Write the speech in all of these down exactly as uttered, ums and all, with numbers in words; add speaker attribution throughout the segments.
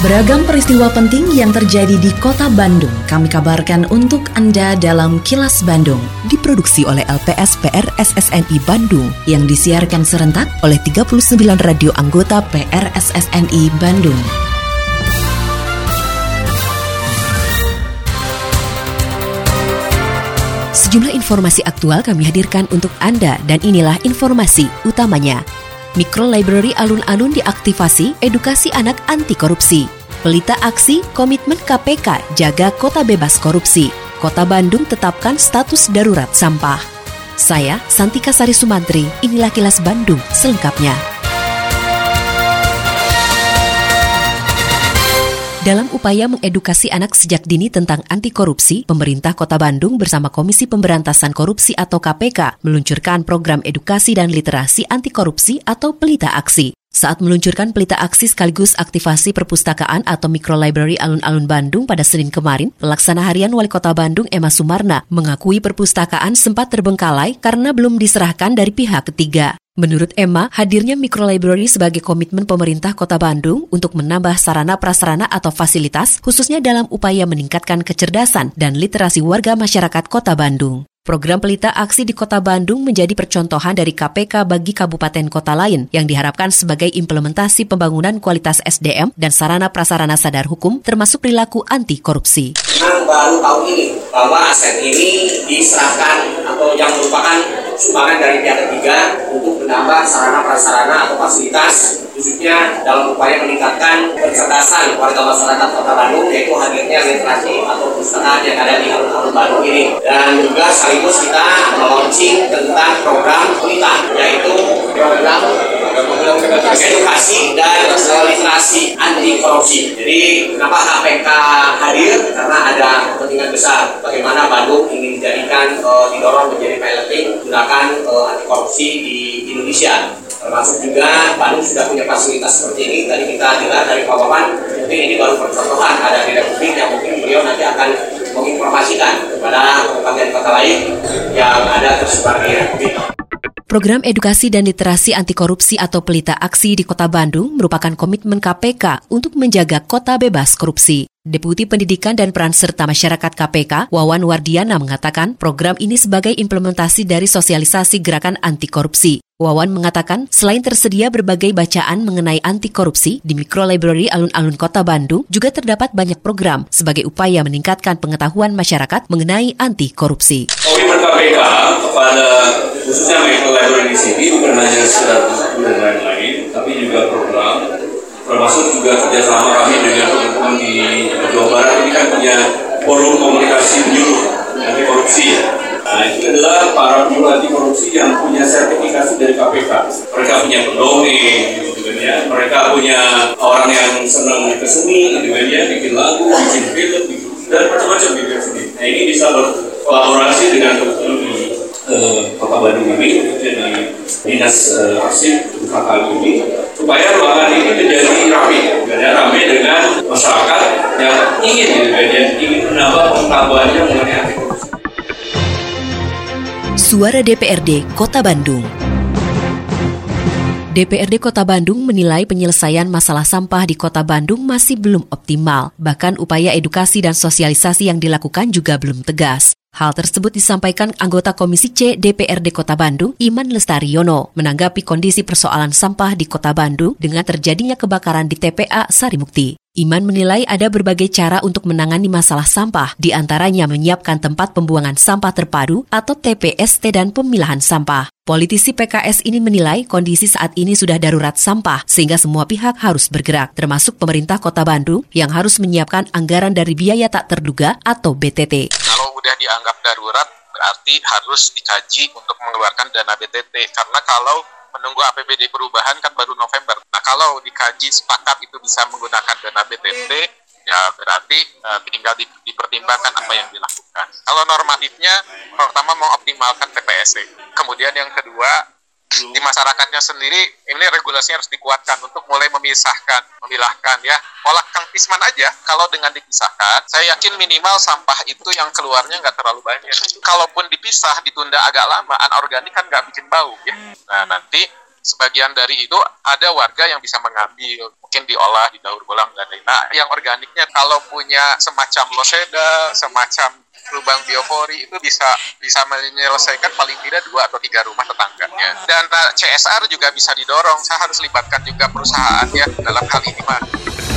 Speaker 1: Beragam peristiwa penting yang terjadi di Kota Bandung kami kabarkan untuk Anda dalam Kilas Bandung. Diproduksi oleh L P S P R S S N I Bandung yang disiarkan serentak oleh tiga puluh sembilan radio anggota P R S S N I Bandung. Sejumlah informasi aktual kami hadirkan untuk Anda dan inilah informasi utamanya. Mikro Library Alun-Alun diaktifasi, edukasi anak anti korupsi. Pelita aksi, komitmen K P K jaga kota bebas korupsi. Kota Bandung tetapkan status darurat sampah. Saya, Santika Sari Sumantri, inilah Kilas Bandung selengkapnya. Dalam upaya mengedukasi anak sejak dini tentang anti korupsi, pemerintah Kota Bandung bersama Komisi Pemberantasan Korupsi atau K P K meluncurkan program edukasi dan literasi anti korupsi atau Pelita Aksi. Saat meluncurkan Pelita Aksi sekaligus aktivasi perpustakaan atau Mikro Library Alun-Alun Bandung pada Senin kemarin, pelaksana harian Wali Kota Bandung Emma Sumarna mengakui perpustakaan sempat terbengkalai karena belum diserahkan dari pihak ketiga. Menurut Emma, hadirnya Mikro Library sebagai komitmen pemerintah Kota Bandung untuk menambah sarana prasarana atau fasilitas, khususnya dalam upaya meningkatkan kecerdasan dan literasi warga masyarakat Kota Bandung. Program Pelita Aksi di Kota Bandung menjadi percontohan dari K P K bagi kabupaten kota lain yang diharapkan sebagai implementasi pembangunan kualitas S D M dan sarana prasarana sadar hukum termasuk perilaku anti korupsi.
Speaker 2: Memang baru tahun ini bahwa aset ini diserahkan atau yang merupakan sumbangan dari pihak ketiga untuk menambah sarana prasarana atau fasilitas khususnya dalam upaya meningkatkan kecerdasan warga masyarakat Kota Bandung, yaitu hadirnya literasi atau perpustakaan yang ada di alun-alun Bandung ini. Dan juga sekaligus kita launching tentang program Pelita, yaitu program edukasi dan literasi anti korupsi. Jadi kenapa K P K hadir? Karena ada kepentingan besar bagaimana Bandung ingin dijadikan uh, didorong menjadi piloting gunakan uh, anti korupsi di Indonesia. Termasuk juga Bandung sudah punya fasilitas seperti ini. Tadi kita dengar dari Pak Wawan, mungkin ini baru percontohan ada di Republik yang mungkin beliau nanti akan menginformasikan kepada kabupaten kota lain yang ada tersebar di Republik.
Speaker 1: Program edukasi dan literasi anti korupsi atau Pelita Aksi di Kota Bandung merupakan komitmen K P K untuk menjaga kota bebas korupsi. Deputi Pendidikan dan Peran Serta Masyarakat K P K, Wawan Wardiana mengatakan program ini sebagai implementasi dari sosialisasi gerakan anti korupsi. Wawan mengatakan selain tersedia berbagai bacaan mengenai anti korupsi di Mikro Library Alun-Alun Kota Bandung, juga terdapat banyak program sebagai upaya meningkatkan pengetahuan masyarakat mengenai anti korupsi.
Speaker 3: Komitmen K P K kepada khususnya Mikro Library di sini bukan hanya sekedar buku dan lain-lain, tapi juga program, termasuk juga kerjasama kami dengan teman-teman di Jawa Barat. Ini kan punya forum komunikasi penyuluh anti korupsi ya. Nah, itu adalah para penyuluh anti korupsi yang punya sertifikasi dari K P K. Mereka punya pendongeng, gitu kan ya. Mereka punya orang yang senang ke seni, gitu kan ya, bikin lagu, bikin film, bikin dan macam-macam gitu ya. Nah, ini bisa berkolaborasi dengan teman-teman di uh, Kota Bandung ini, jadi dinas uh, arsip K K ini, supaya ruangan ini menjadi ramai, ya, ramai dengan masyarakat yang ingin, gitu kan ya, ingin menambah pengetahuannya mengenai anti korupsi.
Speaker 1: Suara D P R D Kota Bandung. D P R D Kota Bandung menilai penyelesaian masalah sampah di Kota Bandung masih belum optimal. Bahkan upaya edukasi dan sosialisasi yang dilakukan juga belum tegas. Hal tersebut disampaikan anggota Komisi C D P R D Kota Bandung, Iman Lestariono, menanggapi kondisi persoalan sampah di Kota Bandung dengan terjadinya kebakaran di T P A Sarimukti. Iman menilai ada berbagai cara untuk menangani masalah sampah, di antaranya menyiapkan tempat pembuangan sampah terpadu atau T P S T dan pemilahan sampah. Politisi P K S ini menilai kondisi saat ini sudah darurat sampah, sehingga semua pihak harus bergerak, termasuk pemerintah Kota Bandung yang harus menyiapkan anggaran dari biaya tak terduga atau B T T.
Speaker 4: Kalau udah dianggap darurat, berarti harus dikaji untuk mengeluarkan dana B T T, karena kalau menunggu A P B D perubahan kan baru November. Nah, kalau dikaji sepakat itu bisa menggunakan dana B T T, ya berarti uh, tinggal di, dipertimbangkan apa yang dilakukan. Kalau normatifnya, pertama mengoptimalkan T P S T. Kemudian yang kedua, di masyarakatnya sendiri, ini regulasinya harus dikuatkan untuk mulai memisahkan, memilahkan ya. Pola Kang Tisman aja, kalau dengan dipisahkan, saya yakin minimal sampah itu yang keluarnya nggak terlalu banyak. Kalaupun dipisah, ditunda agak lama, anorganik kan nggak bikin bau ya. Nah, nanti sebagian dari itu ada warga yang bisa mengambil. mungkin diolah, didaur ulang dan lain-lain. Nah, yang organiknya kalau punya semacam loseda, semacam lubang biopori itu bisa bisa menyelesaikan paling tidak dua atau tiga rumah tetangganya. Dan uh, C S R juga bisa didorong. Saya harus libatkan juga perusahaannya dalam hal ini, Pak.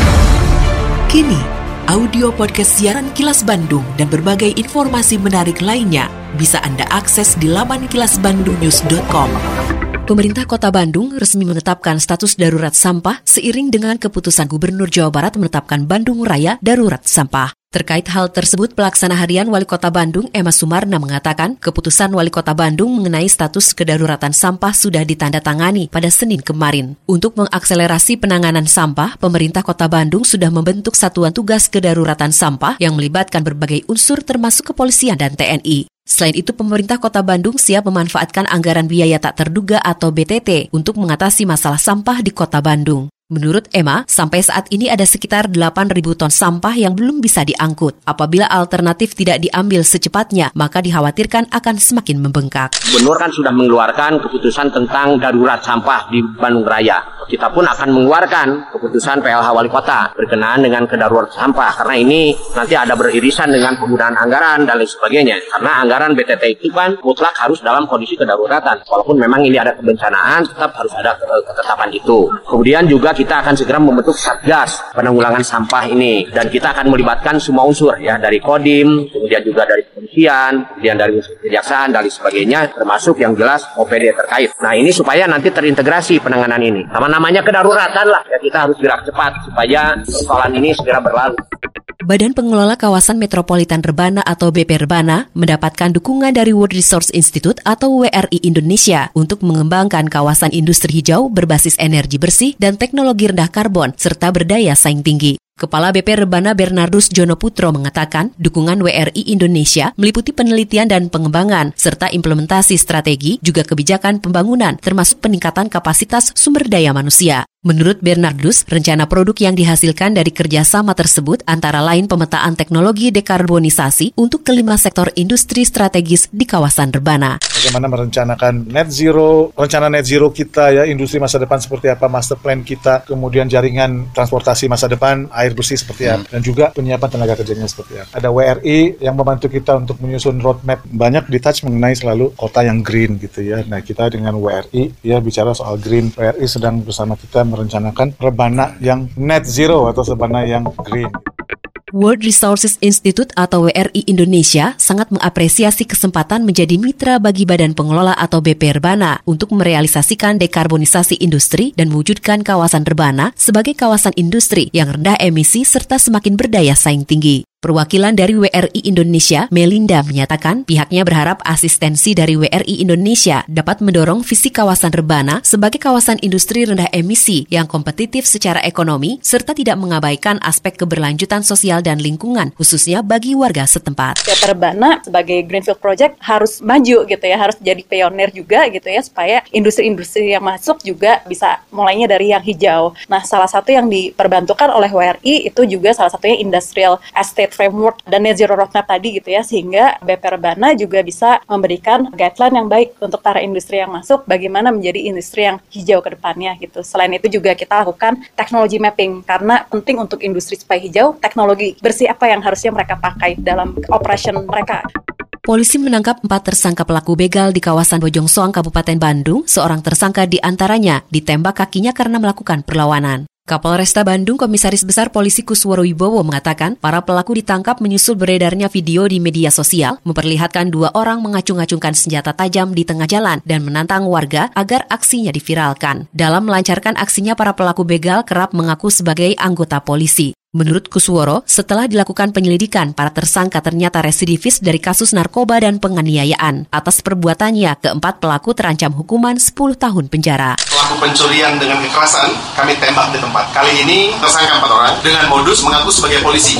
Speaker 1: Kini, audio podcast siaran Kilas Bandung dan berbagai informasi menarik lainnya bisa Anda akses di laman kilas bandung news dot com. Pemerintah Kota Bandung resmi menetapkan status darurat sampah seiring dengan keputusan Gubernur Jawa Barat menetapkan Bandung Raya darurat sampah. Terkait hal tersebut, Pelaksana Harian Wali Kota Bandung, Emma Sumarna, mengatakan keputusan Wali Kota Bandung mengenai status kedaruratan sampah sudah ditandatangani pada Senin kemarin. Untuk mengakselerasi penanganan sampah, pemerintah Kota Bandung sudah membentuk Satuan Tugas Kedaruratan Sampah yang melibatkan berbagai unsur termasuk kepolisian dan T N I. Selain itu, pemerintah Kota Bandung siap memanfaatkan anggaran biaya tak terduga atau B T T untuk mengatasi masalah sampah di Kota Bandung. Menurut Emma, sampai saat ini ada sekitar delapan ribu ton sampah yang belum bisa diangkut. Apabila alternatif tidak diambil secepatnya, maka dikhawatirkan akan semakin membengkak.
Speaker 2: Gubernur kan sudah mengeluarkan keputusan tentang darurat sampah di Bandung Raya. Kita pun akan mengeluarkan keputusan P L H Wali Kota berkenaan dengan kedarurat sampah. Karena ini nanti ada beririsan dengan penggunaan anggaran dan lain sebagainya. Karena anggaran B T T itu kan mutlak harus dalam kondisi kedaruratan. Walaupun memang ini ada kebencanaan, tetap harus ada ketetapan itu. Kemudian juga kita akan segera membentuk Satgas penanggulangan sampah ini. Dan kita akan melibatkan semua unsur ya, dari Kodim, kemudian juga dari kepolisian, kemudian dari kejaksaan, dan lain sebagainya, termasuk yang jelas O P D terkait. Nah ini supaya nanti terintegrasi penanganan ini. Sama namanya kedaruratan lah, ya kita harus gerak cepat supaya persoalan ini segera berlalu.
Speaker 1: Badan Pengelola Kawasan Metropolitan Rebana atau B P Rebana mendapatkan dukungan dari World Resource Institute atau W R I Indonesia untuk mengembangkan kawasan industri hijau berbasis energi bersih dan teknologi rendah karbon serta berdaya saing tinggi. Kepala B P Rebana Bernardus Jonoputro mengatakan dukungan W R I Indonesia meliputi penelitian dan pengembangan serta implementasi strategi juga kebijakan pembangunan termasuk peningkatan kapasitas sumber daya manusia. Menurut Bernardus, rencana produk yang dihasilkan dari kerjasama tersebut antara lain pemetaan teknologi dekarbonisasi untuk kelima sektor industri strategis di kawasan Rebana.
Speaker 5: Bagaimana merencanakan net zero, rencana net zero kita ya, industri masa depan seperti apa, master plan kita, kemudian jaringan transportasi masa depan, air bersih seperti apa, dan juga penyiapan tenaga kerjanya seperti apa. Ada W R I yang membantu kita untuk menyusun roadmap, banyak di-touch mengenai selalu kota yang green gitu ya. Nah kita dengan W R I ya bicara soal green, W R I sedang bersama kita merencanakan Rebana yang net zero atau Rebana yang green.
Speaker 1: World Resources Institute atau W R I Indonesia sangat mengapresiasi kesempatan menjadi mitra bagi Badan Pengelola atau B P Rebana untuk merealisasikan dekarbonisasi industri dan mewujudkan kawasan Rebana sebagai kawasan industri yang rendah emisi serta semakin berdaya saing tinggi. Perwakilan dari W R I Indonesia, Melinda, menyatakan pihaknya berharap asistensi dari W R I Indonesia dapat mendorong visi kawasan Rebana sebagai kawasan industri rendah emisi yang kompetitif secara ekonomi serta tidak mengabaikan aspek keberlanjutan sosial dan lingkungan, khususnya bagi warga setempat.
Speaker 6: B P Rebana sebagai Greenfield Project harus maju gitu ya, harus jadi pionir juga gitu ya, supaya industri-industri yang masuk juga bisa mulainya dari yang hijau. Nah, salah satu yang diperbantukan oleh W R I itu juga salah satunya Industrial Estate Framework dan Net Zero Roadmap tadi gitu ya, sehingga B P Rebana juga bisa memberikan guideline yang baik untuk para industri yang masuk, bagaimana menjadi industri yang hijau ke depannya gitu. Selain itu juga kita lakukan teknologi mapping, karena penting untuk industri supaya hijau, teknologi bersih apa yang harusnya mereka pakai dalam operation mereka.
Speaker 1: Polisi menangkap empat tersangka pelaku begal di kawasan Bojong Soang, Kabupaten Bandung. Seorang tersangka di antaranya ditembak kakinya karena melakukan perlawanan. Kapolresta Bandung Komisaris Besar Polisi Kusworo Wibowo mengatakan para pelaku ditangkap menyusul beredarnya video di media sosial memperlihatkan dua orang mengacung-acungkan senjata tajam di tengah jalan dan menantang warga agar aksinya diviralkan. Dalam melancarkan aksinya, para pelaku begal kerap mengaku sebagai anggota polisi. Menurut Kusworo, setelah dilakukan penyelidikan, para tersangka ternyata residivis dari kasus narkoba dan penganiayaan. Atas perbuatannya, keempat pelaku terancam hukuman sepuluh tahun penjara.
Speaker 7: Pelaku pencurian dengan kekerasan kami tembak di tempat. Kali ini tersangka empat orang dengan modus mengaku sebagai polisi.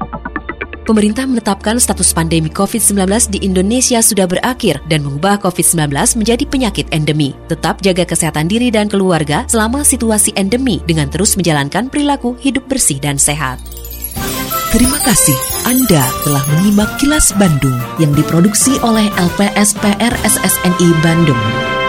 Speaker 1: Pemerintah menetapkan status pandemi covid sembilan belas di Indonesia sudah berakhir dan mengubah covid sembilan belas menjadi penyakit endemi. Tetap jaga kesehatan diri dan keluarga selama situasi endemi dengan terus menjalankan perilaku hidup bersih dan sehat. Terima kasih Anda telah menyimak Kilas Bandung yang diproduksi oleh L P S P R S S N I Bandung.